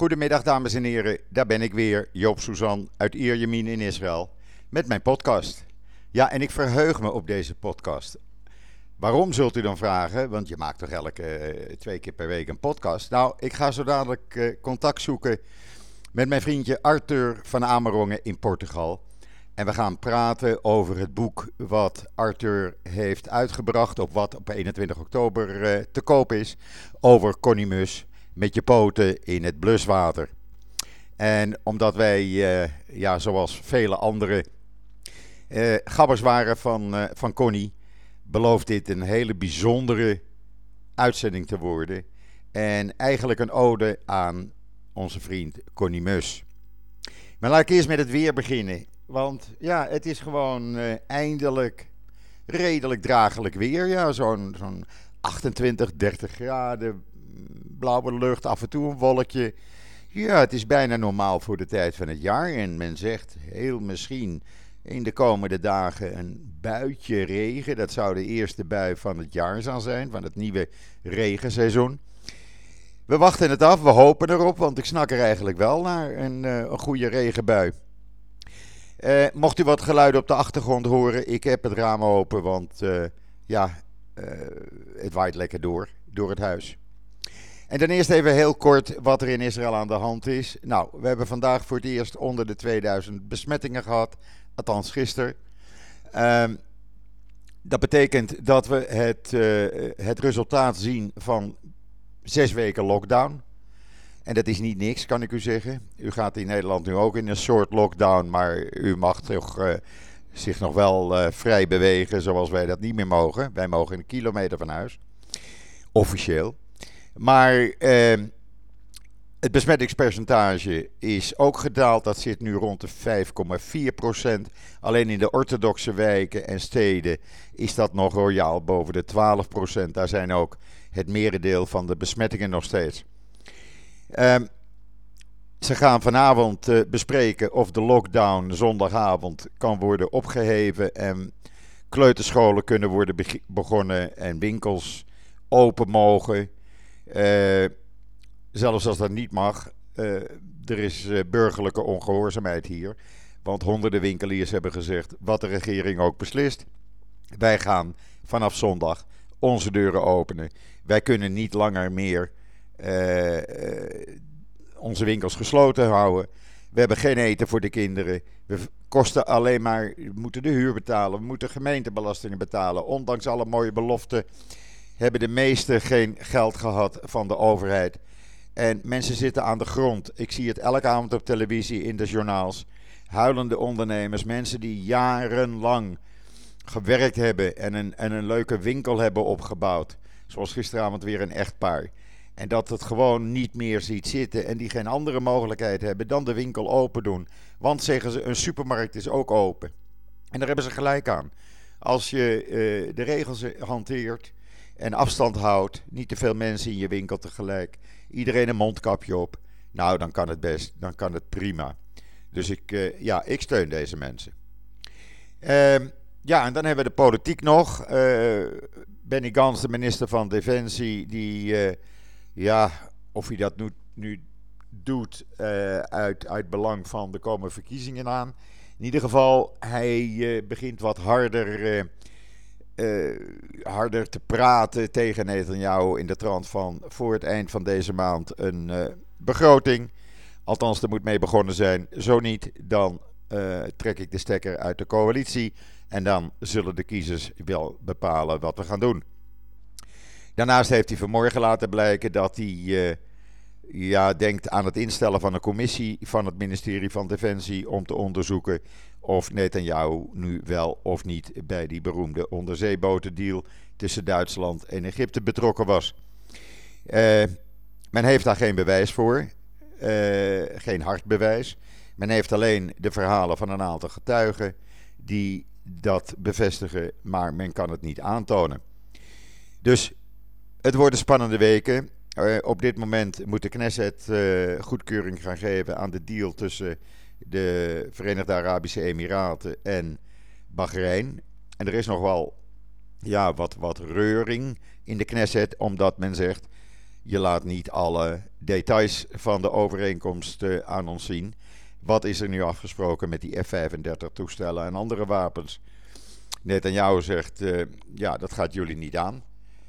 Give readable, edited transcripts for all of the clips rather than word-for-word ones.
Goedemiddag dames en heren, daar ben ik weer, Joop Suzan uit Ierjemien in Israël, met mijn podcast. Ja, en ik verheug me op deze podcast. Waarom zult u dan vragen? Want je maakt toch elke 2 keer per week een podcast? Nou, ik ga zo dadelijk contact zoeken met mijn vriendje Arthur van Amerongen in Portugal. En we gaan praten over het boek wat Arthur heeft uitgebracht, of wat op 21 oktober te koop is, over Connie Mus met je poten in het bluswater. En omdat wij, zoals vele andere gabbers waren van Connie, belooft dit een hele bijzondere uitzending te worden. En eigenlijk een ode aan onze vriend Connie Mus. Maar laat ik eerst met het weer beginnen. Want ja, het is gewoon eindelijk redelijk dragelijk weer. Ja, zo'n 28, 30 graden, blauwe lucht, af en toe een wolkje. Ja, het is bijna normaal voor de tijd van het jaar. En men zegt heel misschien in de komende dagen een buitje regen. Dat zou de eerste bui van het jaar zijn, van het nieuwe regenseizoen. We wachten het af, we hopen erop, want ik snak er eigenlijk wel naar een goede regenbui. Mocht u wat geluiden op de achtergrond horen, ik heb het raam open, want het waait lekker door het huis. En dan eerst even heel kort wat er in Israël aan de hand is. Nou, we hebben vandaag voor het eerst onder de 2000 besmettingen gehad, althans gisteren. Dat betekent dat we het resultaat zien van 6 weken lockdown. En dat is niet niks, kan ik u zeggen. U gaat in Nederland nu ook in een soort lockdown, maar u mag toch zich nog wel vrij bewegen zoals wij dat niet meer mogen. Wij mogen een kilometer van huis, officieel. Maar het besmettingspercentage is ook gedaald. Dat zit nu rond de 5,4%. Alleen in de orthodoxe wijken en steden is dat nog royaal boven de 12%. Daar zijn ook het merendeel van de besmettingen nog steeds. Ze gaan vanavond bespreken of de lockdown zondagavond kan worden opgeheven en kleuterscholen kunnen worden begonnen en winkels open mogen. Zelfs als dat niet mag, er is burgerlijke ongehoorzaamheid hier. Want honderden winkeliers hebben gezegd, wat de regering ook beslist, wij gaan vanaf zondag onze deuren openen. Wij kunnen niet langer meer onze winkels gesloten houden. We hebben geen eten voor de kinderen. We moeten de huur betalen. We moeten gemeentebelastingen betalen. Ondanks alle mooie beloften hebben de meesten geen geld gehad van de overheid. En mensen zitten aan de grond. Ik zie het elke avond op televisie in de journaals. Huilende ondernemers, mensen die jarenlang gewerkt hebben en een leuke winkel hebben opgebouwd. Zoals gisteravond weer een echtpaar. En dat het gewoon niet meer ziet zitten en die geen andere mogelijkheid hebben dan de winkel open doen. Want zeggen ze, een supermarkt is ook open. En daar hebben ze gelijk aan. Als je de regels hanteert en afstand houdt, niet te veel mensen in je winkel tegelijk, iedereen een mondkapje op, nou dan kan het best, dan kan het prima. Dus ik steun deze mensen. En dan hebben we de politiek nog. Benny Gantz, de minister van Defensie, die, of hij dat nu doet uit belang van de komende verkiezingen aan. In ieder geval, hij begint wat harder te praten tegen Netanyahu in de trant van voor het eind van deze maand een begroting. Althans, er moet mee begonnen zijn. Zo niet, dan trek ik de stekker uit de coalitie. En dan zullen de kiezers wel bepalen wat we gaan doen. Daarnaast heeft hij vanmorgen laten blijken dat hij denkt aan het instellen van een commissie van het ministerie van Defensie om te onderzoeken of Netanyahu nu wel of niet bij die beroemde onderzeebotendeal tussen Duitsland en Egypte betrokken was. Men heeft daar geen bewijs voor, geen hard bewijs. Men heeft alleen de verhalen van een aantal getuigen die dat bevestigen, maar men kan het niet aantonen. Dus het worden spannende weken. Op dit moment moet de Knesset goedkeuring gaan geven aan de deal tussen de Verenigde Arabische Emiraten en Bahrein. En er is nog wel wat reuring in de Knesset, omdat men zegt, je laat niet alle details van de overeenkomst aan ons zien. Wat is er nu afgesproken met die F-35 toestellen en andere wapens? Netanyahu zegt, ja, dat gaat jullie niet aan.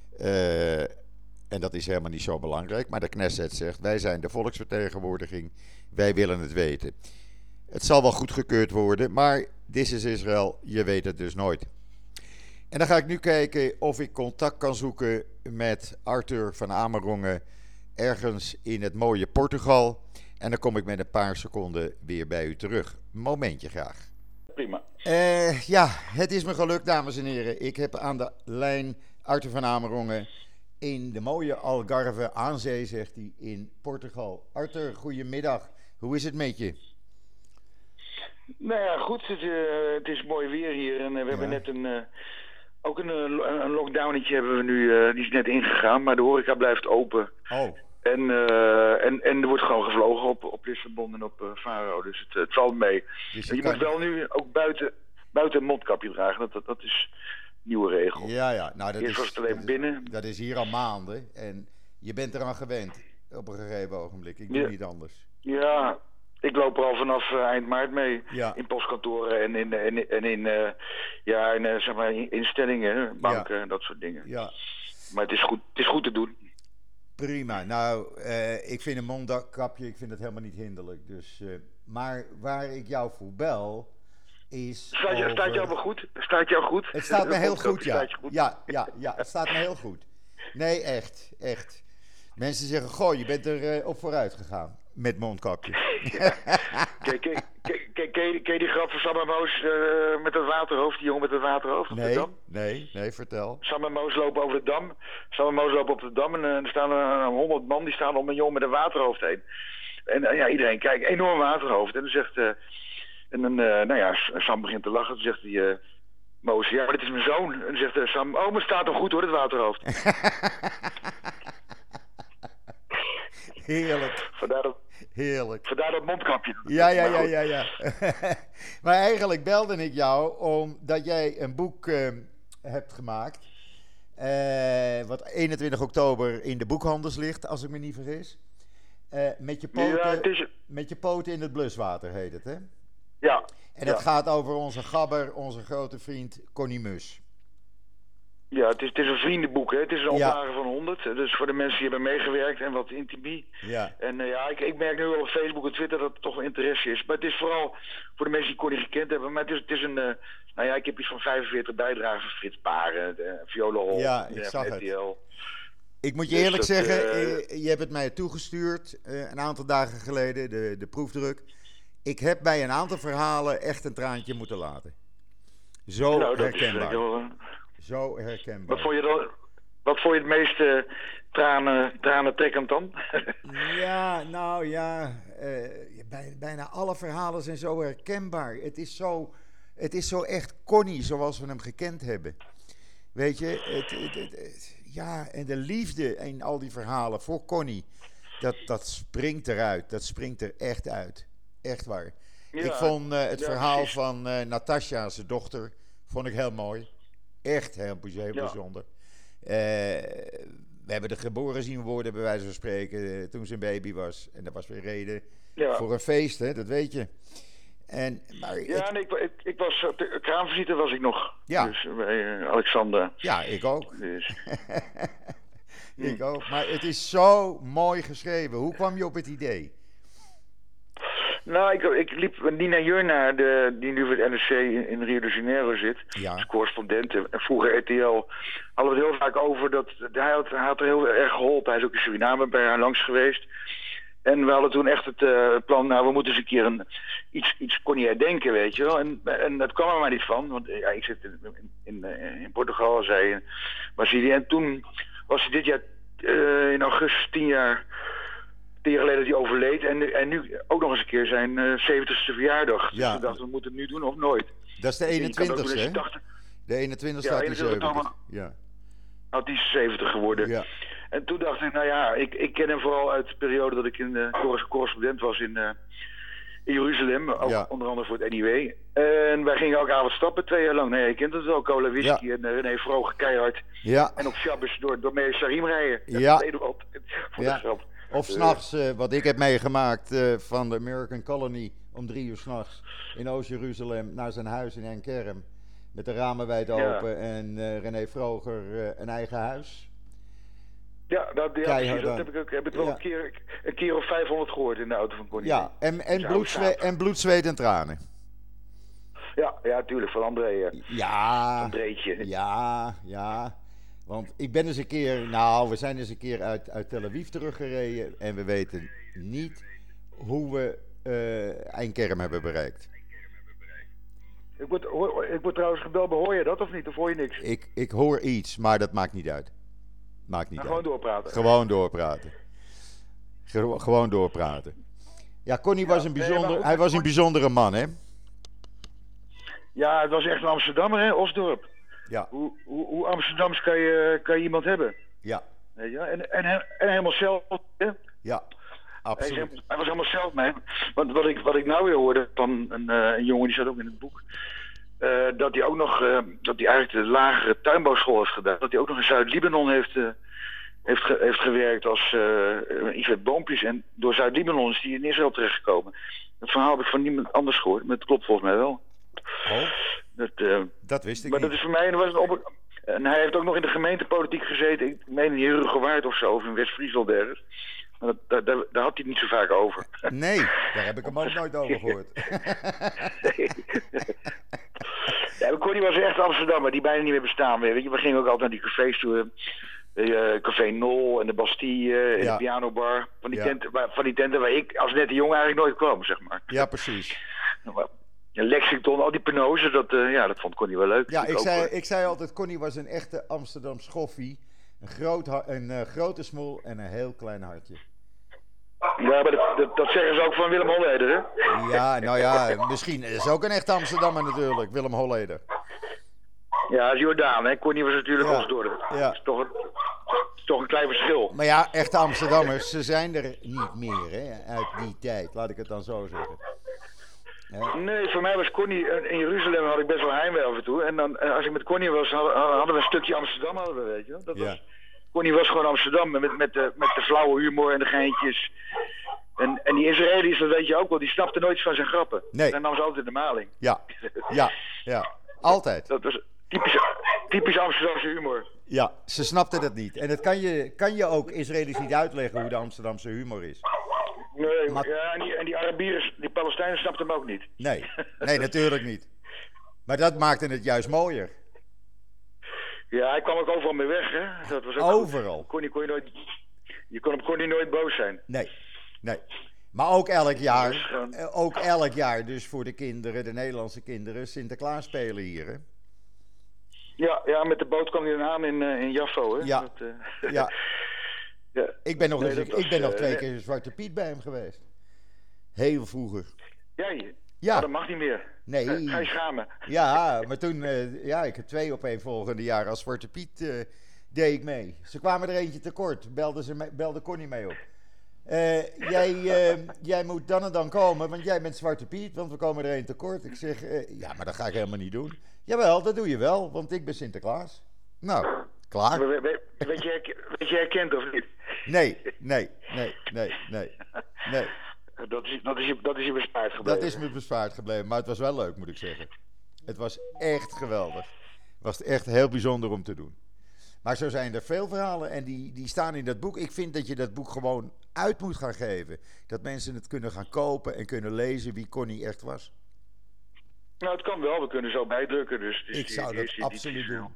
En dat is helemaal niet zo belangrijk. Maar de Knesset zegt, wij zijn de volksvertegenwoordiging. Wij willen het weten. Het zal wel goedgekeurd worden, maar this is Israël, je weet het dus nooit. En dan ga ik nu kijken of ik contact kan zoeken met Arthur van Amerongen ergens in het mooie Portugal. En dan kom ik met een paar seconden weer bij u terug. Momentje graag. Prima. Ja, het is me gelukt, dames en heren. Ik heb aan de lijn Arthur van Amerongen in de mooie Algarve aan zee, zegt hij, in Portugal. Arthur, goedemiddag. Hoe is het met je? Nou ja, goed. Het is mooi weer hier. En we hebben net ook een lockdownetje hebben we nu. Die is net ingegaan, maar de horeca blijft open. Oh. En er wordt gewoon gevlogen op Lissabon en op Faro. Dus het valt mee. Dus je moet wel nu ook buiten een mondkapje dragen. Dat is een nieuwe regel. Ja. Nou, Eerst was het alleen binnen. Dat is hier al maanden. En je bent eraan gewend op een gegeven ogenblik. Ik doe niet anders. Ja, ik loop er al vanaf eind maart mee. Ja. In postkantoren en in zeg maar instellingen, banken en dat soort dingen. Ja. Maar het is goed te doen. Prima. Nou, ik vind een mondkapje, ik vind het helemaal niet hinderlijk. Dus, maar waar ik jou voor bel is... Staat jou wel goed? Staat jou goed? Het staat me heel goed, ja. Goed? Ja, het staat me heel goed. Nee, echt. Mensen zeggen, goh, je bent er op vooruit gegaan met mondkapje. Ken je die grap van Sam en Moos met het waterhoofd, die jongen met het waterhoofd op de dam? Nee, vertel. Sam en Moos lopen over de dam. Sam en Moos lopen op de dam en er staan 100 man, die staan om een jongen met een waterhoofd heen. En iedereen kijkt, enorm waterhoofd. En dan zegt, Sam begint te lachen. Dan zegt hij, Moos, ja, maar dit is mijn zoon. En dan zegt Sam, oh, maar het staat toch goed hoor, het waterhoofd. Heerlijk. Vandaar dat mondkapje. Ja. Maar eigenlijk belde ik jou omdat jij een boek hebt gemaakt. Wat 21 oktober in de boekhandels ligt, als ik me niet vergis. Met je poten in het bluswater heet het, hè? Ja. En het gaat over onze gabber, onze grote vriend Connie Mus. Ja, het is een vriendenboek, hè. Het is een oplage van 100. Dus voor de mensen die hebben meegewerkt en wat intimie. Ja. En ik merk nu wel op Facebook en Twitter dat er toch wel interesse is. Maar het is vooral voor de mensen die Connie gekend hebben. Maar het is een... ik heb iets van 45 bijdragen van Frits Baren, Viola Hol, ja, ik zag het. RTL. Ik moet je eerlijk zeggen, je hebt het mij toegestuurd een aantal dagen geleden, de proefdruk. Ik heb bij een aantal verhalen echt een traantje moeten laten. Zo herkenbaar. Zo herkenbaar. Wat vond je het meeste tranentrekkend dan? Bijna alle verhalen zijn zo herkenbaar. Het is zo echt Connie zoals we hem gekend hebben. Weet je, en de liefde in al die verhalen voor Connie, dat springt eruit. Dat springt er echt uit. Echt waar. Ja, ik vond het verhaal precies van Natasja, zijn dochter, vond ik heel mooi. Echt heel bijzonder. We hebben de geboren zien worden, bij wijze van spreken, toen ze een baby was. En dat was weer reden voor een feest, hè, dat weet je. Ik was op de kraamvisite was ik nog. Ja. Dus bij Alexander. Ja, ik ook. Dus. Ik ook. Maar het is zo mooi geschreven. Hoe kwam je op het idee? Nou, ik liep Nina Jurna, die nu bij het NRC in Rio de Janeiro zit. Ja. Als correspondent. En vroeger RTL hadden we het heel vaak over dat hij had er heel erg geholpen. Hij is ook in Suriname bij haar langs geweest. En we hadden toen echt het plan, we moeten eens een keer iets kon niet herdenken, weet je wel. En dat kwam er maar niet van, want ik zit in Portugal, zij in Brazilië. En toen was hij dit jaar in augustus 10 jaar geleden dat hij overleed. En nu ook nog eens een keer zijn 70ste verjaardag. Dus we dachten, we moeten het nu doen of nooit. Dat is de 21ste, hè? De 21ste had hij 70. Ja. Had hij 70 geworden. Ja. En toen dacht ik, ik ken hem vooral uit de periode dat ik correspondent was in Jeruzalem, ook onder andere voor het NIW. En wij gingen elke avond stappen, 2 jaar lang. Nee, je kent het wel, cola, whisky en René Vroger keihard. Ja. En op Shabbos door Meir Sarim rijden. Ja. Voor Of s'nachts, wat ik heb meegemaakt van de American Colony om 3 uur s'nachts in Oost-Jeruzalem naar zijn huis in Enkerem. Met de ramen wijd open en René Vroger een eigen huis. Ja, dat heb ik wel een keer of 500 gehoord in de auto van Connie. Ja, en bloed, zweet en tranen. Ja, tuurlijk, van André. Ja, Andreetje. Ja. Want ik ben eens een keer, we zijn eens een keer uit Tel Aviv teruggereden en we weten niet hoe we Enkerem hebben bereikt. Ik word trouwens gebeld, maar hoor je dat of niet? Of hoor je niks? Ik hoor iets, maar dat maakt niet uit. Gewoon doorpraten. Gewoon doorpraten. Ja, Connie was hij was een bijzondere man, hè? Ja, het was echt een Amsterdammer, hè? Osdorp. Ja. Hoe Amsterdams kan je iemand hebben? Ja. En helemaal zelf, hè? Ja, absoluut. Hij was helemaal zelf mee. Want wat ik nou weer hoorde van een jongen, die zat ook in het boek, dat hij ook nog, dat hij eigenlijk de lagere tuinbouwschool heeft gedaan. Dat hij ook nog in Zuid-Libanon heeft gewerkt als iets met boompjes. En door Zuid-Libanon is hij in Israël terechtgekomen. Dat verhaal heb ik van niemand anders gehoord, maar het klopt volgens mij wel. Oh, dat wist ik maar niet. Dat is voor mij en hij heeft ook nog in de gemeentepolitiek gezeten. Ik meen in Herugewaard of zo, of in West-Friesland ergens. Maar daar had hij het niet zo vaak over. Nee, daar heb ik hem ook nooit over gehoord. Ja, Connie was echt Amsterdammer, die bijna niet meer bestaan meer. Weet je, we gingen ook altijd naar die cafés toe. Café Nol en de Bastille en de pianobar. Van die tenten waar ik als nette jongen eigenlijk nooit kwam, zeg maar. Ja, precies. Lexington, al die penose, dat vond Connie wel leuk. Ja, ik zei altijd, Connie was een echte Amsterdam schoffie. Een grote smoel en een heel klein hartje. Ja, maar dat zeggen ze ook van Willem Holleder, hè? Ja, misschien is ook een echte Amsterdammer natuurlijk, Willem Holleder. Ja, dat is Jordaan, hè? Connie was natuurlijk Osdorp. Ja. Dat is toch een klein verschil. Maar ja, echte Amsterdammers, ze zijn er niet meer, hè, uit die tijd, laat ik het dan zo zeggen. Ja. Nee, voor mij was Connie, in Jeruzalem had ik best wel heimwee af en toe. En dan, als ik met Connie was, hadden we een stukje Amsterdam, weet je. Connie was gewoon Amsterdam, met de flauwe humor en de geintjes. En die Israëli's, dat weet je ook wel, die snapten nooit van zijn grappen. Nee. Daar nam ze altijd de maling. Ja, altijd. Dat was typisch Amsterdamse humor. Ja, ze snapten dat niet. En dat kan je ook Israëli's niet uitleggen hoe de Amsterdamse humor is. Nee, maar... en die Arabieren, die Palestijnen snapten hem ook niet. Nee, natuurlijk niet. Maar dat maakte het juist mooier. Ja, hij kwam ook overal mee weg, hè. Dat was ook overal. Je kon op Connie nooit boos zijn. Nee. Maar ook elk jaar dus voor de kinderen, de Nederlandse kinderen, Sinterklaas spelen hier, hè. Ja, met de boot kwam hij dan aan in Jaffo, hè. Ja, ja. Ik ben nog 2 keer Zwarte Piet bij hem geweest. Heel vroeger. Ja, dat mag niet meer. Nee. Ga je schamen. Ja, maar toen, ik heb 2 opeenvolgende jaren als Zwarte Piet deed ik mee. Ze kwamen er eentje tekort, belde Connie mee op. Jij moet dan en dan komen, want jij bent Zwarte Piet, want we komen er een tekort. Ik zeg, maar dat ga ik helemaal niet doen. Jawel, dat doe je wel, want ik ben Sinterklaas. Nou, klaar. Weet je herkend of niet? Nee. Dat is je bespaard gebleven. Dat is me bespaard gebleven, maar het was wel leuk, moet ik zeggen. Het was echt geweldig. Het was echt heel bijzonder om te doen. Maar zo zijn er veel verhalen en die staan in dat boek. Ik vind dat je dat boek gewoon uit moet gaan geven. Dat mensen het kunnen gaan kopen en kunnen lezen wie Connie echt was. Nou, het kan wel. We kunnen zo bijdrukken. Dus ik zou dat absoluut doen.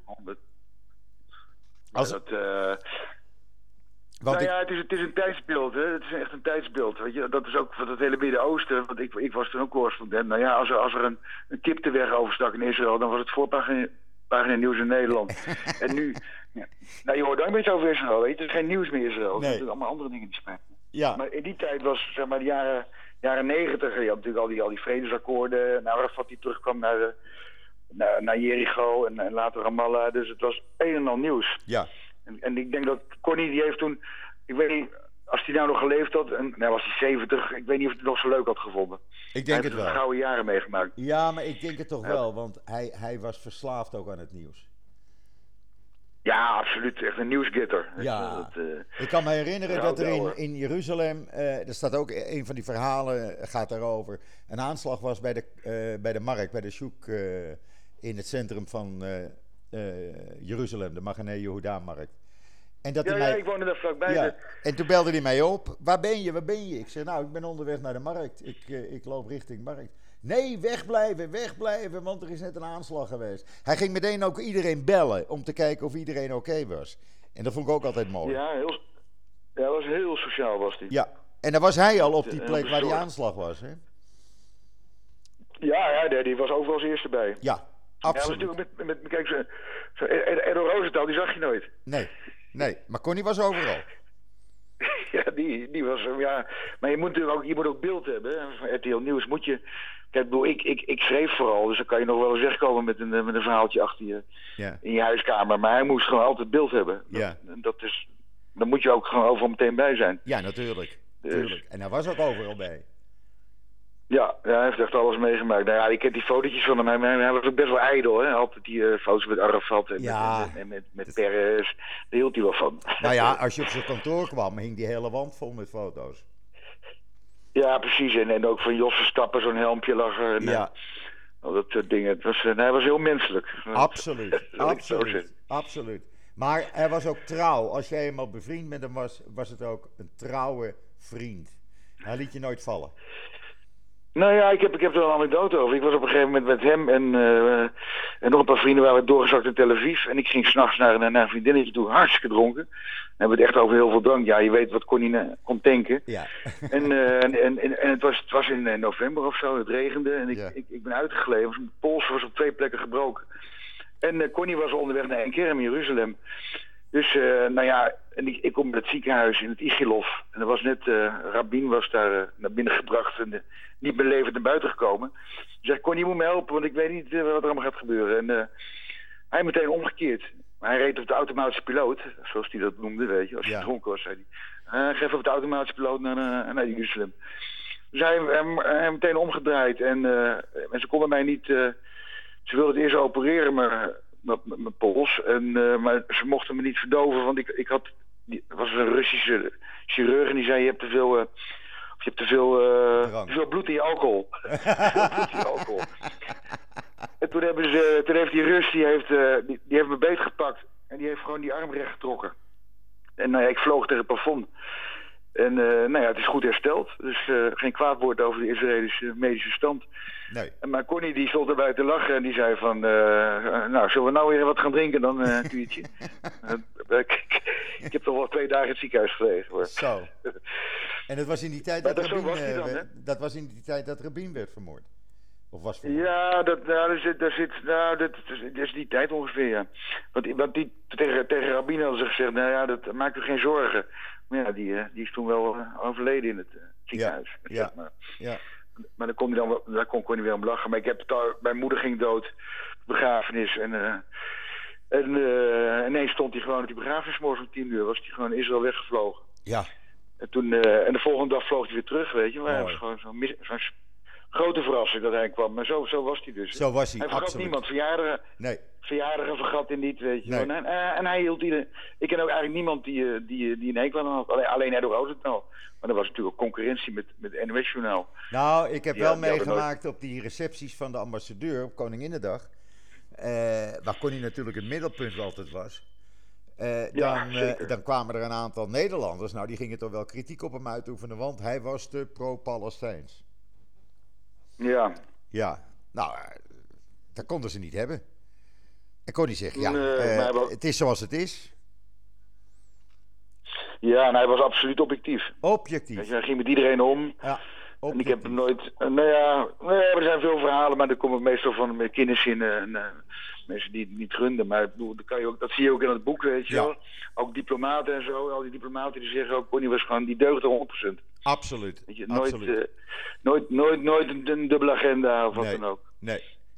Het is een tijdsbeeld, hè. Het is echt een tijdsbeeld. Weet je? Dat is ook voor het hele Midden-Oosten. Want ik was toen ook correspondent. Nou ja, als er een kip de weg overstak in Israël, dan was het voorpagina nieuws in Nederland. En nu, je hoort ook een beetje over Israël, weet je. Er is geen nieuws meer in Israël. Er zijn allemaal andere dingen die spelen. Ja. Maar in die tijd was, zeg maar, de jaren 90. Je had natuurlijk al die vredesakkoorden. Nou, Arafat die terugkwam naar Jericho en later Ramallah. Dus het was een en al nieuws. Ja. En ik denk dat Connie, die heeft toen... Ik weet niet als hij nou nog geleefd had, en nou was hij 70, ik weet niet of hij het nog zo leuk had gevonden. Ik denk het wel. Hij heeft gouden jaren meegemaakt. Ja, maar ik denk het toch wel, want hij was verslaafd ook aan het nieuws. Ja, absoluut. Echt een nieuwsgitter. Ja, ik kan me herinneren dat er in Jeruzalem, er staat ook een van die verhalen, gaat daarover, een aanslag was bij de markt, bij de Shouk in het centrum van Jeruzalem, de Magane Yehuda-markt. En dat ik woonde daar vlakbij. Ja. En toen belde hij mij op. Waar ben je? Ik zei, nou, ik ben onderweg naar de markt. Ik loop richting markt. Nee, wegblijven, want er is net een aanslag geweest. Hij ging meteen ook iedereen bellen om te kijken of iedereen oké was. En dat vond ik ook altijd mooi. Ja, was heel sociaal was hij. Ja, en dan was hij al op die plek waar die aanslag was, hè? Ja, die was overal als eerste bij. Ja, absoluut. Ja, was natuurlijk kijk, Edo Rosenthal, die zag je nooit. Nee, maar Connie was overal. Ja, die was, ja. Maar je moet ook beeld hebben. Van RTL Nieuws moet je... Kijk, ik schreef vooral, dus dan kan je nog wel eens wegkomen met een verhaaltje achter je in je huiskamer. Maar hij moest gewoon altijd beeld hebben. Daar moet je ook gewoon overal meteen bij zijn. Ja, natuurlijk. En hij was ook overal bij. Ja, hij heeft echt alles meegemaakt. Nou ja, ik ken die fotootjes van hem. Hij was ook best wel ijdel, hè. Altijd die foto's met Arafat en met Peres. Daar hield hij wel van. Nou ja, als je op zijn kantoor kwam, hing die hele wand vol met foto's. Ja, precies. En ook van Jos Verstappen, zo'n helmpje lag er. En, dat soort dingen. Hij was heel menselijk. Absoluut. Maar hij was ook trouw. Als jij eenmaal bevriend met hem was het ook een trouwe vriend. Hij liet je nooit vallen. Nou ja, ik heb er wel een anekdote over. Ik was op een gegeven moment met hem en nog een paar vrienden waren doorgezakt in Tel Aviv. En ik ging s'nachts naar een vriendinnetje toe, hartstikke dronken. Dan hebben we het echt over heel veel drank. Ja, je weet wat Connie kon tanken. Ja. En het was in november of zo, het regende. En ik ben uitgegleden. Mijn pols was op 2 plekken gebroken. En Connie was onderweg naar Enkerem in Jeruzalem. Dus, en ik kom bij het ziekenhuis in het Ichilov. En er was net, Rabin was daar naar binnen gebracht en niet meer levend naar buiten gekomen. Dus zei, Connie, je moet me helpen, want ik weet niet wat er allemaal gaat gebeuren. En hij meteen omgekeerd. Maar hij reed op de automatische piloot, zoals hij dat noemde, weet je. Als hij dronken was, zei hij. Geef op de automatische piloot naar Jeruzalem. Dus hij meteen omgedraaid. En ze konden mij niet... ze wilden het eerst opereren, maar... mijn pols. Maar ze mochten me niet verdoven, want ik had... Er was een Russische chirurg en die zei, je hebt te veel bloed in je alcohol. En toen heeft die Rus, die heeft me beet gepakt. En die heeft gewoon die arm recht getrokken. En ik vloog tegen het plafond. En het is goed hersteld. Dus geen kwaad woord over de Israëlische medische stand. Nee. Maar Connie die stond erbij te lachen en die zei van... zullen we nou weer wat gaan drinken dan, Tuurtje? Ik heb toch wel 2 dagen in het ziekenhuis gelegen. Hoor. Zo. En dat was in die tijd dat was in die tijd dat Rabin werd vermoord? Of was vermoord? Ja, dat is die tijd ongeveer, ja. Want die tegen Rabin hadden ze gezegd, nou ja, dat maakt u geen zorgen. Maar ja, die is toen wel overleden in het ziekenhuis. Ja. Maar daar kon Connie weer om lachen. Maar mijn moeder ging dood, begrafenis. En ineens stond hij gewoon op die begrafenis morgens om 10 uur. Was hij gewoon in Israël weggevlogen. Ja. En de volgende dag vloog hij weer terug, weet je. Maar hij was gewoon zo'n grote verrassing dat hij kwam. Maar zo was hij dus. Zo was hij, hij vergat absoluut. Niemand. Verjaardagen vergat hij niet, weet je. Nee. En hij hield ik ken ook eigenlijk niemand die een hekel aan had. Alleen Edo Rosenthal. Maar er was natuurlijk ook concurrentie met het NOS-journaal. Nou, ik heb wel meegemaakt op die recepties van de ambassadeur op Koninginnedag. Waar Connie natuurlijk het middelpunt altijd was. Dan kwamen er een aantal Nederlanders. Nou, die gingen toch wel kritiek op hem uitoefenen. Want hij was te pro-Palestijns. Ja. Ja, nou, dat konden ze niet hebben. En Connie zegt, het is zoals het is. Ja, en hij was absoluut objectief. Objectief. Hij ging met iedereen om. Ja, objectief. En ik heb hem nooit... er zijn veel verhalen, maar er komen meestal van kinderzinnen en mensen die het niet gunden. Maar dat zie je ook in het boek, weet je wel. Ook diplomaten en zo. Al die diplomaten die zeggen ook, Connie was gewoon, die deugde 100%. Absoluut. Weet je, nooit een dubbele agenda of wat dan ook. Nee.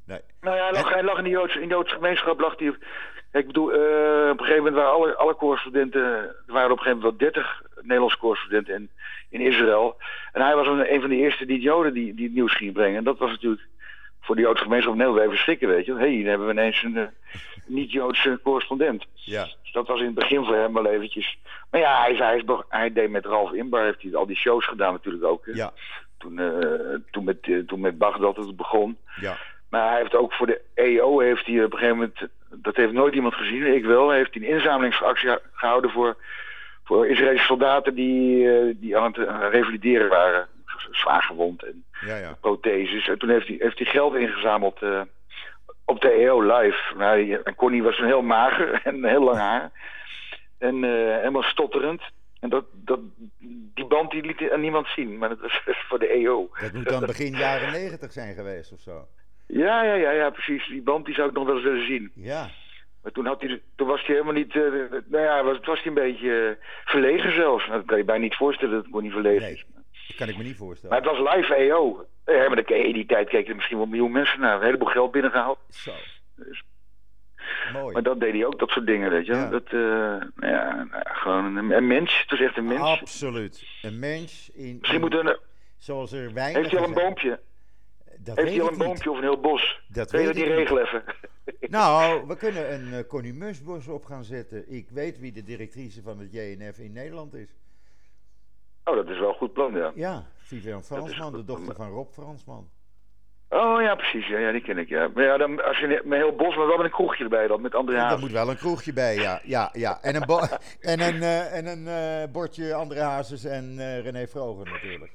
Nee. Nou ja, hij lag in de Joodse gemeenschap. Lag hij, ik bedoel, op een gegeven moment waren alle correspondenten... Er waren op een gegeven moment wel 30 Nederlandse correspondenten in Israël. En hij was een van de eerste Joden die het nieuws ging brengen. En dat was natuurlijk voor de Joodse gemeenschap in Nederland even schrikken, weet je. Hé, dan hebben we ineens een niet-Joodse correspondent. Ja. Dus dat was in het begin voor hem wel eventjes. Maar ja, hij deed met Ralf Inbar, heeft hij al die shows gedaan natuurlijk ook. Hè? Ja. Toen met Bagdad het begon. Ja. Maar hij heeft ook voor de EO, heeft hij op een gegeven moment, dat heeft nooit iemand gezien, ik wel, heeft hij een inzamelingsactie gehouden voor Israëlische soldaten die aan het revalideren waren. Zwaar gewond en protheses. En toen heeft hij geld ingezameld op de EO live. Nou, en Connie was een heel mager en heel lang haar. En helemaal stotterend. En die band die liet aan niemand zien, maar dat was voor de EO. Dat moet dan begin jaren 90 zijn geweest of zo. Ja, precies. Die band die zou ik nog wel eens willen zien. Ja. Maar toen was hij helemaal niet... was hij een beetje verlegen zelfs. Nou, dat kan je bijna niet voorstellen dat het gewoon niet verlegen is. Dat kan ik me niet voorstellen. Maar het was live EO. Ja, maar in die tijd keken er misschien wel 1 miljoen mensen naar. Een heleboel geld binnengehaald. Zo. Dus. Mooi. Maar dat deed hij ook, dat soort dingen, weet je. Ja. Dat, gewoon een mens. Het was echt een mens. Absoluut. Een mens. Misschien moet zoals er weinig... Heeft hij al een boompje? Heeft hij al een boompje of een heel bos? Dat weet ik niet. Regel even. Nou, we kunnen een Connie Musbos op gaan zetten. Ik weet wie de directrice van het JNF in Nederland is. Oh, dat is wel een goed plan, ja. Ja, Vivian Fransman, de dochter van Rob Fransman. Oh ja, precies. Ja, die ken ik, ja. Maar ja, dan, als je met heel bos, maar wel met een kroegje erbij dan, met André Hazes. Er moet wel een kroegje bij, ja. En een bordje André Hazes en René Vroger natuurlijk.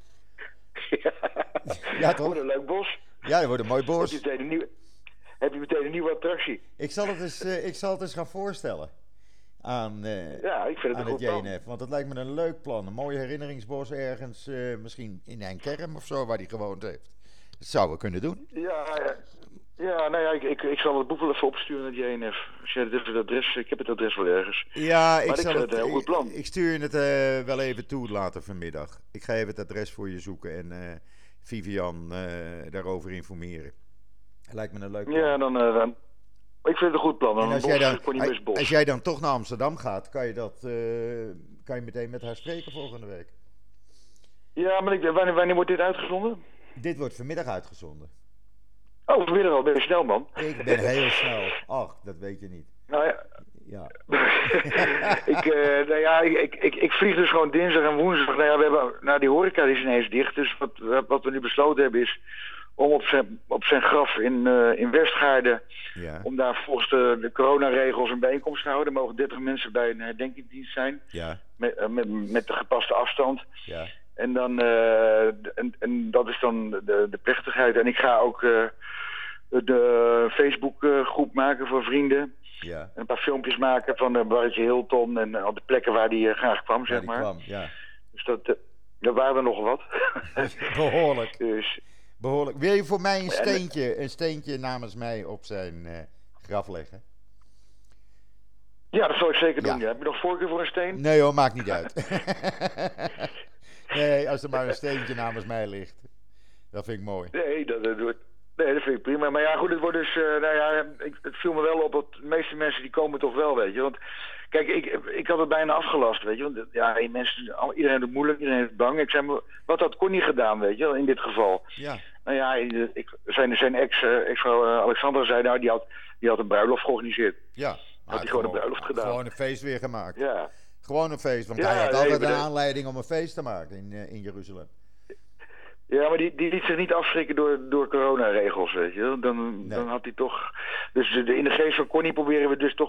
Ja, toch? Wordt een leuk bos. Ja, dat wordt een mooi bos. Heb je meteen een nieuwe attractie? Ik zal het eens gaan voorstellen aan ik vind het JNF. Plan. Want het lijkt me een leuk plan. Een mooi herinneringsbos ergens, misschien in Eindkerm of zo, waar hij gewoond heeft. Dat zouden we kunnen doen. Ik zal het boek wel even opsturen naar het JNF. Als jij het adres, ik heb het adres wel ergens. Ja, ik vind het een heel goed plan. Ik stuur je het wel even toe later vanmiddag. Ik ga even het adres voor je zoeken en Vivian daarover informeren. Lijkt me een leuk plan. Ja, dan ik vind het een goed plan. En als jij dan toch naar Amsterdam gaat, kan je meteen met haar spreken volgende week. Ja, maar wanneer wordt dit uitgezonden? Dit wordt vanmiddag uitgezonden. Oh, vanmiddag al. Ben je snel, man? Ik ben heel snel. Ach, dat weet je niet. Nou ja. Ik vlieg dus gewoon dinsdag en woensdag. Die horeca is ineens dicht. Dus wat we nu besloten hebben is om op zijn graf in Westgaarden, om daar volgens de coronaregels een bijeenkomst te houden. Er mogen 30 mensen bij een herdenkingsdienst zijn. Ja. Met de gepaste afstand. Ja. En dan en dat is dan de plechtigheid. En ik ga ook de Facebook groep maken voor vrienden. Ja. En een paar filmpjes maken van Barretje Hilton en al de plekken waar die graag kwam, zeg maar. Dus dat waren er nog wat. Behoorlijk. Dus, behoorlijk. Wil je voor mij een steentje namens mij op zijn graf leggen? Ja, dat zou ik zeker doen. Ja. Heb je nog voorkeur voor een steen? Nee hoor, maakt niet uit. Nee, als er maar een steentje namens mij ligt. Dat vind ik mooi. Nee, dat vind ik prima. Maar ja, goed, het wordt dus... het viel me wel op dat de meeste mensen die komen toch wel, weet je. Want kijk, ik had het bijna afgelast, weet je. Want ja, iedereen heeft het moeilijk, iedereen heeft het bang. Ik zei, wat had Connie gedaan, weet je, in dit geval? Ja. Nou ja, zijn ex-vrouw Alexandra zei, nou, die had een bruiloft georganiseerd. Ja. Had hij gewoon een bruiloft gedaan. Gewoon een feest weer gemaakt. Ja. Gewoon een feest, want hij had altijd een aanleiding om een feest te maken in Jeruzalem. Ja, maar die liet zich niet afschrikken door coronaregels, weet je. Dan had hij toch... Dus in de geest van Connie proberen we dus toch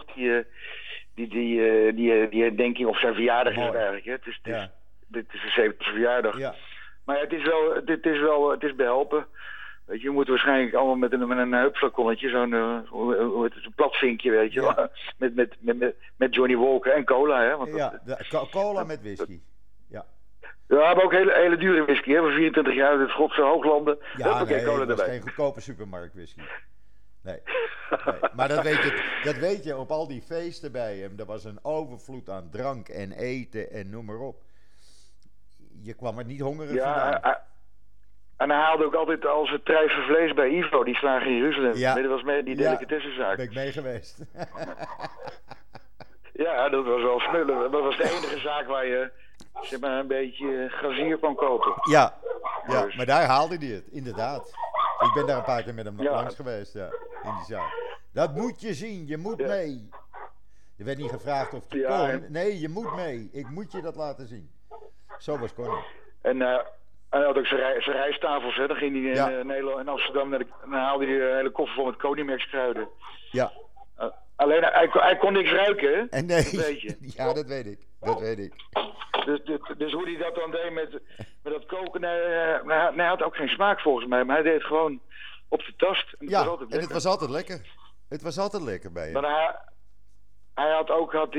die herdenking op zijn verjaardag is het eigenlijk. Hè. Dit is de 70e verjaardag. Ja. Maar het is behelpen. Weet je, we moeten waarschijnlijk allemaal met een heupflaconnetje, zo'n platvinkje, weet je. Ja. Met Johnny Walker en cola, hè. Want cola met whisky. Ja, we hebben ook hele dure whisky, hè, voor 24 jaar uit het Schotse Hooglanden. Ja, dat is geen goedkope supermarkt whisky. Nee. Maar dat weet je op al die feesten bij hem. Er was een overvloed aan drank en eten en noem maar op. Je kwam er niet hongerig vandaan. En hij haalde ook altijd als het trijven vlees bij Ivo, die slager in Jeruzalem. Ja. Dat was mee, die delicatessenzaak. Ben ik mee geweest. Ja, dat was wel smullen. Dat was de enige zaak waar je zeg maar, een beetje grazier kon kopen. Ja, maar daar haalde hij het, inderdaad. Ik ben daar een paar keer met hem langs geweest, in die zaak. Dat moet je zien, je moet mee. Er werd niet gevraagd of je kon. Nee, je moet mee. Ik moet je dat laten zien. Zo was Connie. En hij had ook zijn rijsttafels, hè. Dan ging hij in Amsterdam, dan haalde hij een hele koffer vol met Konimax-kruiden. Ja. Alleen, hij kon niks ruiken, hè? En nee, dat weet je. Ja, dat weet ik. Dus hoe hij dat dan deed met dat koken, hij had ook geen smaak volgens mij, maar hij deed het gewoon op de tast. En het was altijd lekker. Het was altijd lekker bij hem. Maar hij had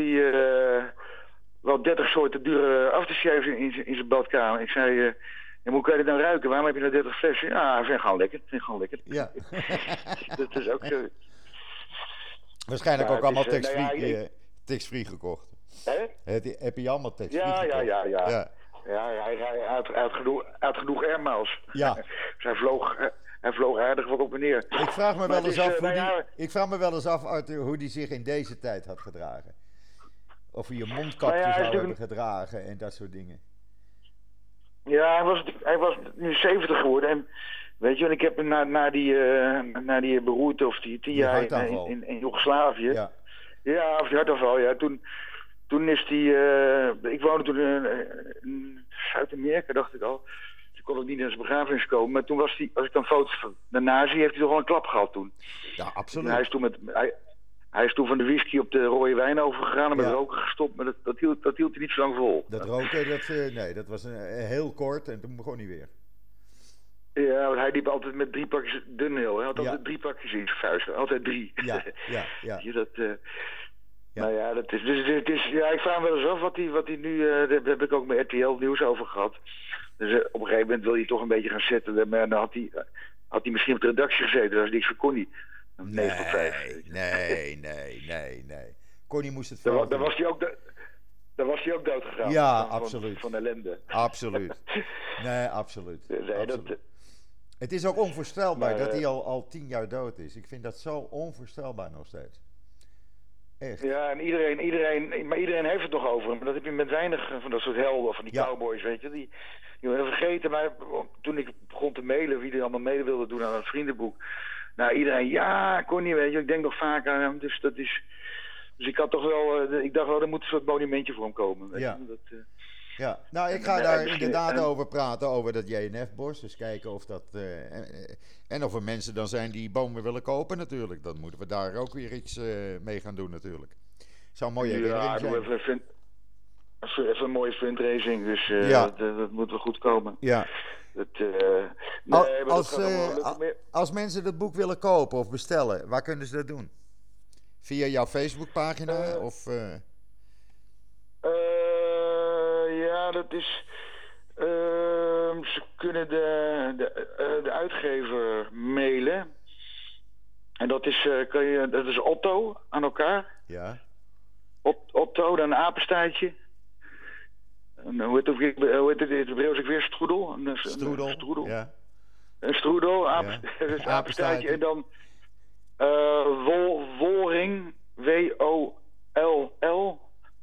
wel 30 soorten dure aftershave in zijn badkamer. Ik zei, hoe kan je dit nou ruiken? Waarom heb je nou 30 flessen? Ja, hij vindt gewoon lekker. Ja. Dat is ook zo. Waarschijnlijk ook allemaal tax-free gekocht. Heb je allemaal tax-free gekocht? Ja, hij had genoeg airmiles. Ja. Dus hij vloog aardig wat op en neer. Ik vraag me wel eens af, Arthur, hoe die zich in deze tijd had gedragen. Of hij een mondkapje zou hebben gedragen en dat soort dingen. Ja, hij was nu 70 geworden. En weet je, en ik heb hem na die beroerte of die 10 jaar in Joegoslavië. Ja, of die hartaanval, ja. Toen is hij... ik woonde toen in Zuid-Amerika, dacht ik al. Dus ik kon ook niet naar zijn begrafenis komen. Maar toen was hij, als ik dan foto's van daarna zie, heeft hij toch wel een klap gehad toen. Ja, absoluut. En hij is toen van de whisky op de rode wijn overgegaan en met roken gestopt. Maar dat hield hij niet zo lang vol. Dat roken, dat was heel kort en toen begon hij weer. Ja, want hij liep altijd met 3 pakjes Dunhill. Hij had altijd 3 pakjes in zijn vuist. Altijd 3. Ja. Nou ja, dat is... Dus het is... Ja, ik vraag me wel eens af wat hij nu... daar heb ik ook met RTL Nieuws over gehad. Dus op een gegeven moment wil hij toch een beetje gaan zetten. Maar dan had hij misschien op de redactie gezeten. Dat is niks voor Connie. 9 tot 5. Nee. Connie moest het wel. Dan was hij ook dood gegaan. Ja, absoluut. Van ellende. Absoluut. Nee, absoluut. Nee, absoluut. Het is ook onvoorstelbaar dat hij al 10 jaar dood is. Ik vind dat zo onvoorstelbaar nog steeds. Echt. Ja, en iedereen heeft het nog over. Maar dat heb je met weinig van dat soort helden of van die cowboys, weet je. Die werden vergeten. Maar toen ik begon te mailen, wie er allemaal mee wilde doen aan het vriendenboek. Nou, iedereen, kon niet, weet je. Ik denk nog vaak aan hem. Dus dat is... Dus ik had toch wel... ik dacht wel, er moet een soort monumentje voor hem komen. Weet je? Ja, nou, ik ga daar inderdaad over praten, over dat JNF-bos. Dus kijken of dat... en of er mensen dan zijn die bomen willen kopen natuurlijk. Dan moeten we daar ook weer iets mee gaan doen natuurlijk. Zou een mooie herinnering zijn. Even een mooie fundraising, dus dat moet wel goed komen. Ja. Als mensen dat boek willen kopen of bestellen, waar kunnen ze dat doen? Via jouw Facebookpagina? Ja, dat is... ze kunnen de uitgever mailen. En dat is, dat is Otto aan elkaar. Ja. Otto, dan een apenstaartje. En hoe heet het in het Hebreeuws ook weer? Stroedel? Stroedel. Ja. Een stroedel, apenstaartje. En dan Wolring, W-O-L-L.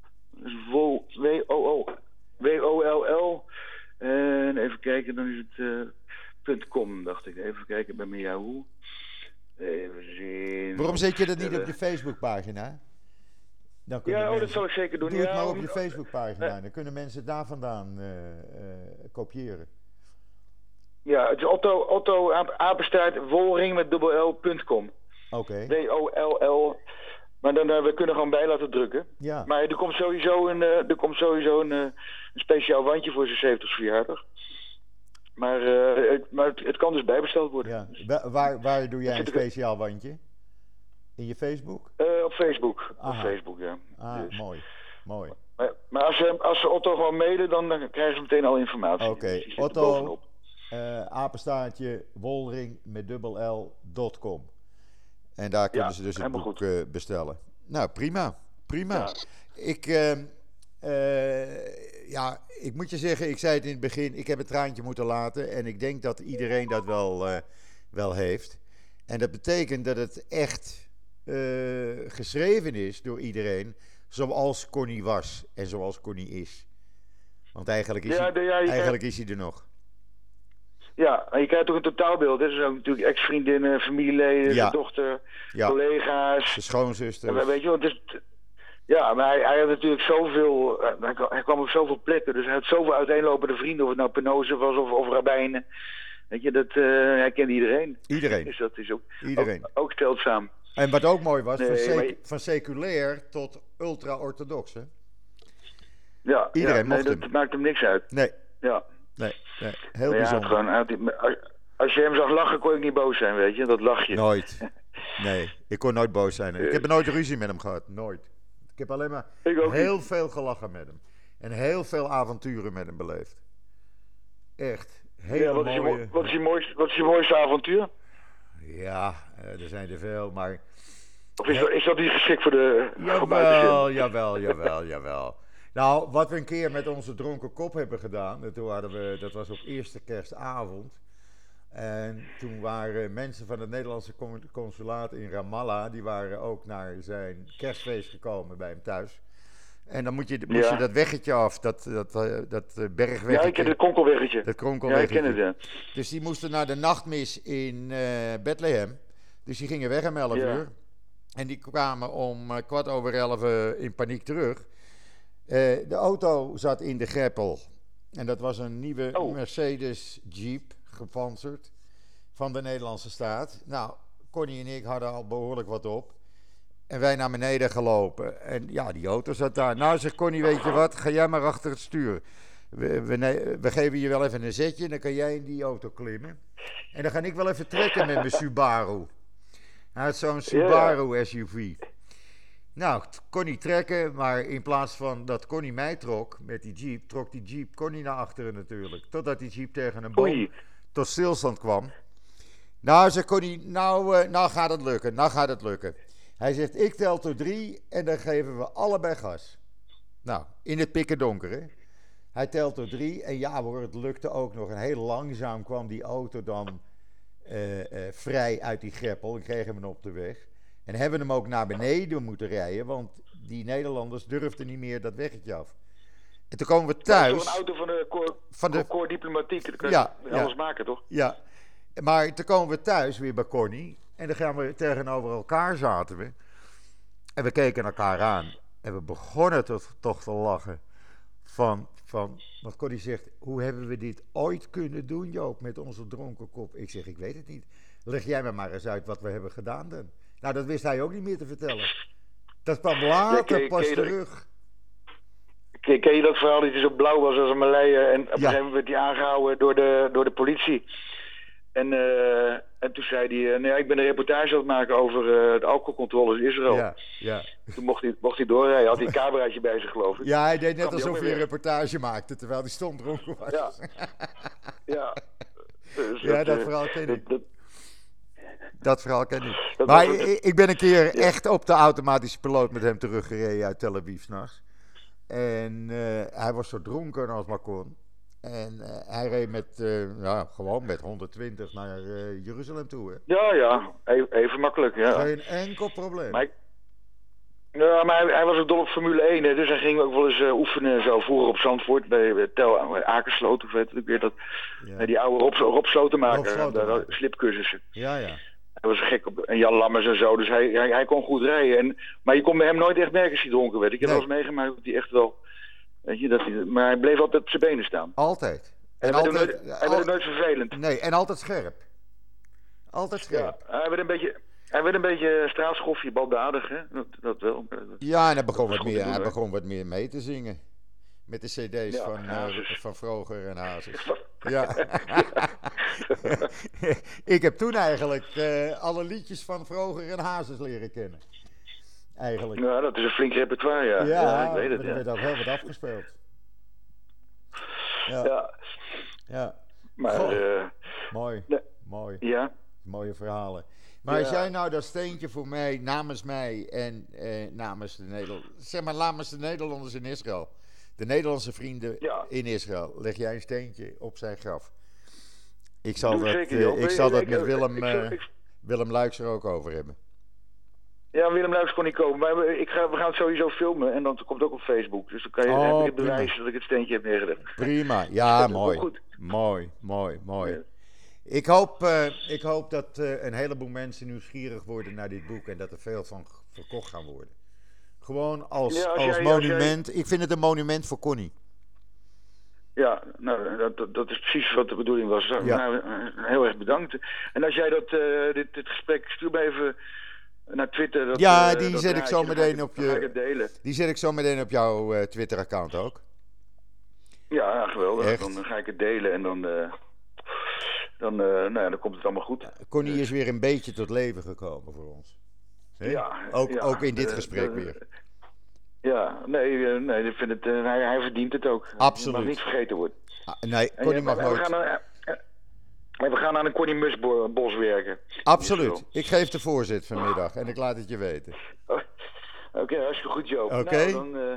W-O-L-L. En even kijken, dan is het .com, dacht ik. Even kijken bij mijn Yahoo. Even zien. Waarom zet je dat niet op je Facebookpagina? Dat zal ik zeker doen. Doe het maar op je Facebookpagina. Dan kunnen mensen daar vandaan kopiëren. Ja, het is Otto apenstaart Wolring met .com. Oké. W-O-L-L. Maar dan, we kunnen gewoon bij laten drukken. Ja. Maar er komt sowieso een speciaal wandje voor zijn 70ste verjaardag. Maar het kan dus bijbesteld worden. Ja. Waar doe jij een speciaal wandje? In je Facebook? Op Facebook. Aha. Op Facebook, ja. Dus. Mooi. Maar als ze Otto gewoon mailen, dan krijgen ze meteen al informatie. Oké. Dus Otto, apenstaartje, Wolring met .com. En daar kunnen ze dus het boek bestellen. Nou, prima. Ja. ja, ik moet je zeggen, ik zei het in het begin, ik heb een traantje moeten laten. En ik denk dat iedereen dat wel heeft. En dat betekent dat het echt geschreven is door iedereen zoals Connie was en zoals Connie is. Want eigenlijk is hij er nog. Ja, en je krijgt toch een totaalbeeld. Hè? Dus ook natuurlijk ex-vriendinnen, familieleden, zijn dochter, collega's. Zijn schoonzuster. En weet je wel, ja, maar hij had natuurlijk zoveel... hij kwam op zoveel plekken. Dus hij had zoveel uiteenlopende vrienden. Of het nou Penose was of rabbijnen. Weet je, hij kende iedereen. Iedereen. Dus dat is Iedereen. Ook zeldzaam. En wat ook mooi was, van seculair tot ultra-orthodox, hè? Ja, iedereen mocht hem. Dat maakt hem niks uit. Nee. Ja. Nee. Heel bijzonder. Als je hem zag lachen, kon ik niet boos zijn, weet je. Dat lach je. Nooit. Nee, ik kon nooit boos zijn. Ik heb nooit ruzie met hem gehad. Nooit. Ik heb alleen maar heel veel gelachen met hem. En heel veel avonturen met hem beleefd. Echt. Wat is je mooiste avontuur? Ja, er zijn er veel, maar... Of is dat niet geschikt voor de... Jawel. Nou, wat we een keer met onze dronken kop hebben gedaan... dat was op eerste kerstavond... En toen waren mensen van het Nederlandse consulaat in Ramallah... die waren ook naar zijn kerstfeest gekomen bij hem thuis. En dan moest je dat weggetje af, dat bergweggetje. Ja, ik ken het kronkelweggetje. Dat kronkelweggetje. Ja, ik ken het, ja. Dus die moesten naar de nachtmis in Bethlehem. Dus die gingen weg om 11 uur. En die kwamen om 11:15 in paniek terug. De auto zat in de greppel. En dat was een nieuwe Mercedes Jeep, gepantserd, van de Nederlandse staat. Nou, Connie en ik hadden al behoorlijk wat op. En wij naar beneden gelopen. En ja, die auto zat daar. Nou, zegt Connie, weet je wat? Ga jij maar achter het stuur. We geven je wel even een zetje. Dan kan jij in die auto klimmen. En dan ga ik wel even trekken met mijn Subaru. Hij had zo'n Subaru SUV. Nou, Connie trekken. Maar in plaats van dat Connie mij trok met die Jeep... trok die Jeep Connie naar achteren natuurlijk. Totdat die Jeep tegen een boom tot stilstand kwam. Nou, zegt Connie, nou gaat het lukken. Hij zegt, ik tel tot 3 en dan geven we allebei gas. Nou, in het pikken donker, hè. Hij telt tot 3 en ja hoor, het lukte ook nog. En heel langzaam kwam die auto dan vrij uit die greppel. En kregen we hem op de weg. En hebben hem ook naar beneden moeten rijden, want die Nederlanders durfden niet meer dat weggetje af. En toen komen we thuis. Dat is toch een auto van de Corps Diplomatiek. Dat kan je alles maken, toch? Ja, maar toen komen we thuis weer bij Connie. En dan gaan we tegenover elkaar zaten we. En we keken elkaar aan. En we begonnen toch te lachen. Want Connie zegt, hoe hebben we dit ooit kunnen doen, Joop, met onze dronken kop? Ik zeg, ik weet het niet. Leg jij me maar eens uit wat we hebben gedaan dan. Nou, dat wist hij ook niet meer te vertellen. Dat kwam later pas terug. Ken je dat verhaal dat hij zo blauw was als een Maleie en op een gegeven moment werd hij aangehouden door de politie. En toen zei hij, ik ben een reportage aan het maken over de alcoholcontroles in Israël. Ja. Toen mocht hij doorrijden, had hij een cameraatje bij zich geloof ik. Ja, hij deed net alsof hij een reportage maakte, terwijl hij stond dronken was. Ja. Dus dat verhaal ken ik. Dat verhaal ken ik. Maar ik ben een keer echt op de automatische piloot met hem teruggereden uit Tel Aviv 's nachts. En hij was zo dronken als maar kon. En hij reed gewoon met 120 naar Jeruzalem toe. Hè? Ja, even makkelijk. Ja. Geen enkel probleem. Maar hij was ook dol op Formule 1, hè, dus hij ging ook wel eens oefenen zo vroeger op Zandvoort bij Akersloot, of weet ik weer dat. Die oude Rob Slotenmaker, slipcursussen. Ja. Hij was gek op en Jan Lammers en zo, dus hij kon goed rijden. Maar je kon bij hem nooit echt merken als hij dronken werd. Ik heb wel eens meegemaakt dat hij echt wel, weet je, maar hij bleef altijd op zijn benen staan. Altijd. Hij werd nooit vervelend. Nee, en altijd scherp. Altijd scherp. Ja, hij werd een beetje straalschoffie, baldadig, hè? Dat wel. Ja, en hij begon wat meer mee te zingen. Met de cd's van Vroger en Hazes. Ja. Ik heb toen eigenlijk alle liedjes van Vroger en Hazes leren kennen. Eigenlijk. Nou, dat is een flink repertoire, ja. Ja, ik weet het, er werd ook heel wat afgespeeld. Ja. Maar, mooi. Ja. Mooie verhalen. Maar als jij nou dat steentje voor mij, namens mij en namens de Nederlanders in Israël, De Nederlandse vrienden in Israël. Leg jij een steentje op zijn graf. Ik zal dat met Willem Luijks er ook over hebben. Ja, Willem Luijks kon niet komen. Maar we gaan het sowieso filmen en dan komt het ook op Facebook. Dus dan kan je bewijzen dat ik het steentje heb neergelegd. Prima, ja, mooi. Goed. Mooi. Ja. Ik hoop dat een heleboel mensen nieuwsgierig worden naar dit boek en dat er veel van verkocht gaan worden. Gewoon als monument. Ik vind het een monument voor Connie. Ja, nou, dat is precies wat de bedoeling was. Ja. Nou, heel erg bedankt. En als jij dit gesprek, stuur me even naar Twitter. Die zet ik zo meteen op je. Die zet ik zo meteen op jouw Twitter-account ook. Ja, geweldig. Echt? Dan ga ik het delen en dan komt het allemaal goed. Connie is weer een beetje tot leven gekomen voor ons. Ja, ook in dit gesprek weer. Ja, nee, ik vind het, hij verdient het ook. Absoluut. Hij mag niet vergeten worden. Nee, Connie mag nooit. We gaan aan een Connie Musbos werken. Absoluut. Ik geef de voorzet vanmiddag en ik laat het je weten. Oké, hartstikke goed, Joop. Oké.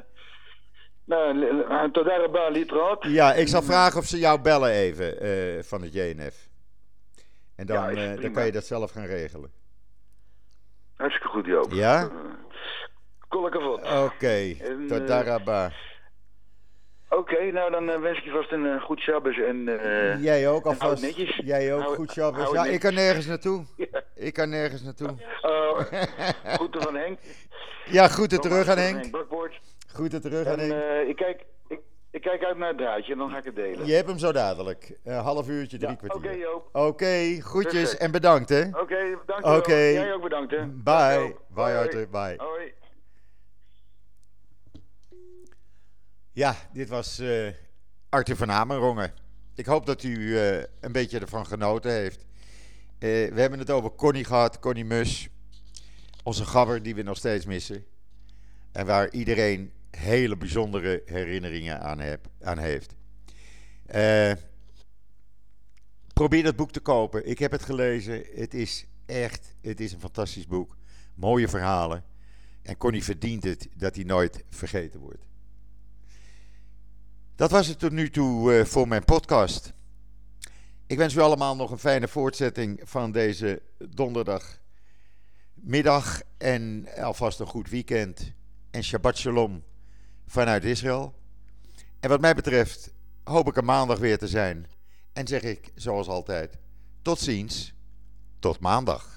Tot daar, Lietraad. Ja, ik zal vragen of ze jou bellen even van het JNF. En dan kan je dat zelf gaan regelen. Hartstikke goed, Joop. Ja? Oké, tot daaraba. Oké, nou dan wens ik je vast een goed Shabbos en jij ook alvast. Netjes. Jij ook, goed Shabbos. Ja, ik kan nergens naartoe. Ja. Ik kan nergens naartoe. Groeten van Henk. Ja, groeten terug aan Henk. Groeten terug aan Henk. Ik kijk uit naar het draadje en dan ga ik het delen. Je hebt hem zo dadelijk. Half uurtje, 3 kwartier. Oké, Joop. Oké, groetjes en bedankt, hè. Oké, bedankt. Jij ook bedankt, hè. Bye. Bye, Arthur. Bye. Hoi. Ja, dit was Arthur van Amerongen. Ik hoop dat u een beetje ervan genoten heeft. We hebben het over Connie gehad, Connie Mus. Onze gabber die we nog steeds missen. En waar iedereen hele bijzondere herinneringen aan heeft. Probeer dat boek te kopen. Ik heb het gelezen. Het is een fantastisch boek. Mooie verhalen. En Connie verdient het dat hij nooit vergeten wordt. Dat was het tot nu toe voor mijn podcast. Ik wens u allemaal nog een fijne voortzetting van deze donderdagmiddag. En alvast een goed weekend. En Shabbat Shalom vanuit Israël. En wat mij betreft hoop ik er maandag weer te zijn. En zeg ik zoals altijd, tot ziens, tot maandag.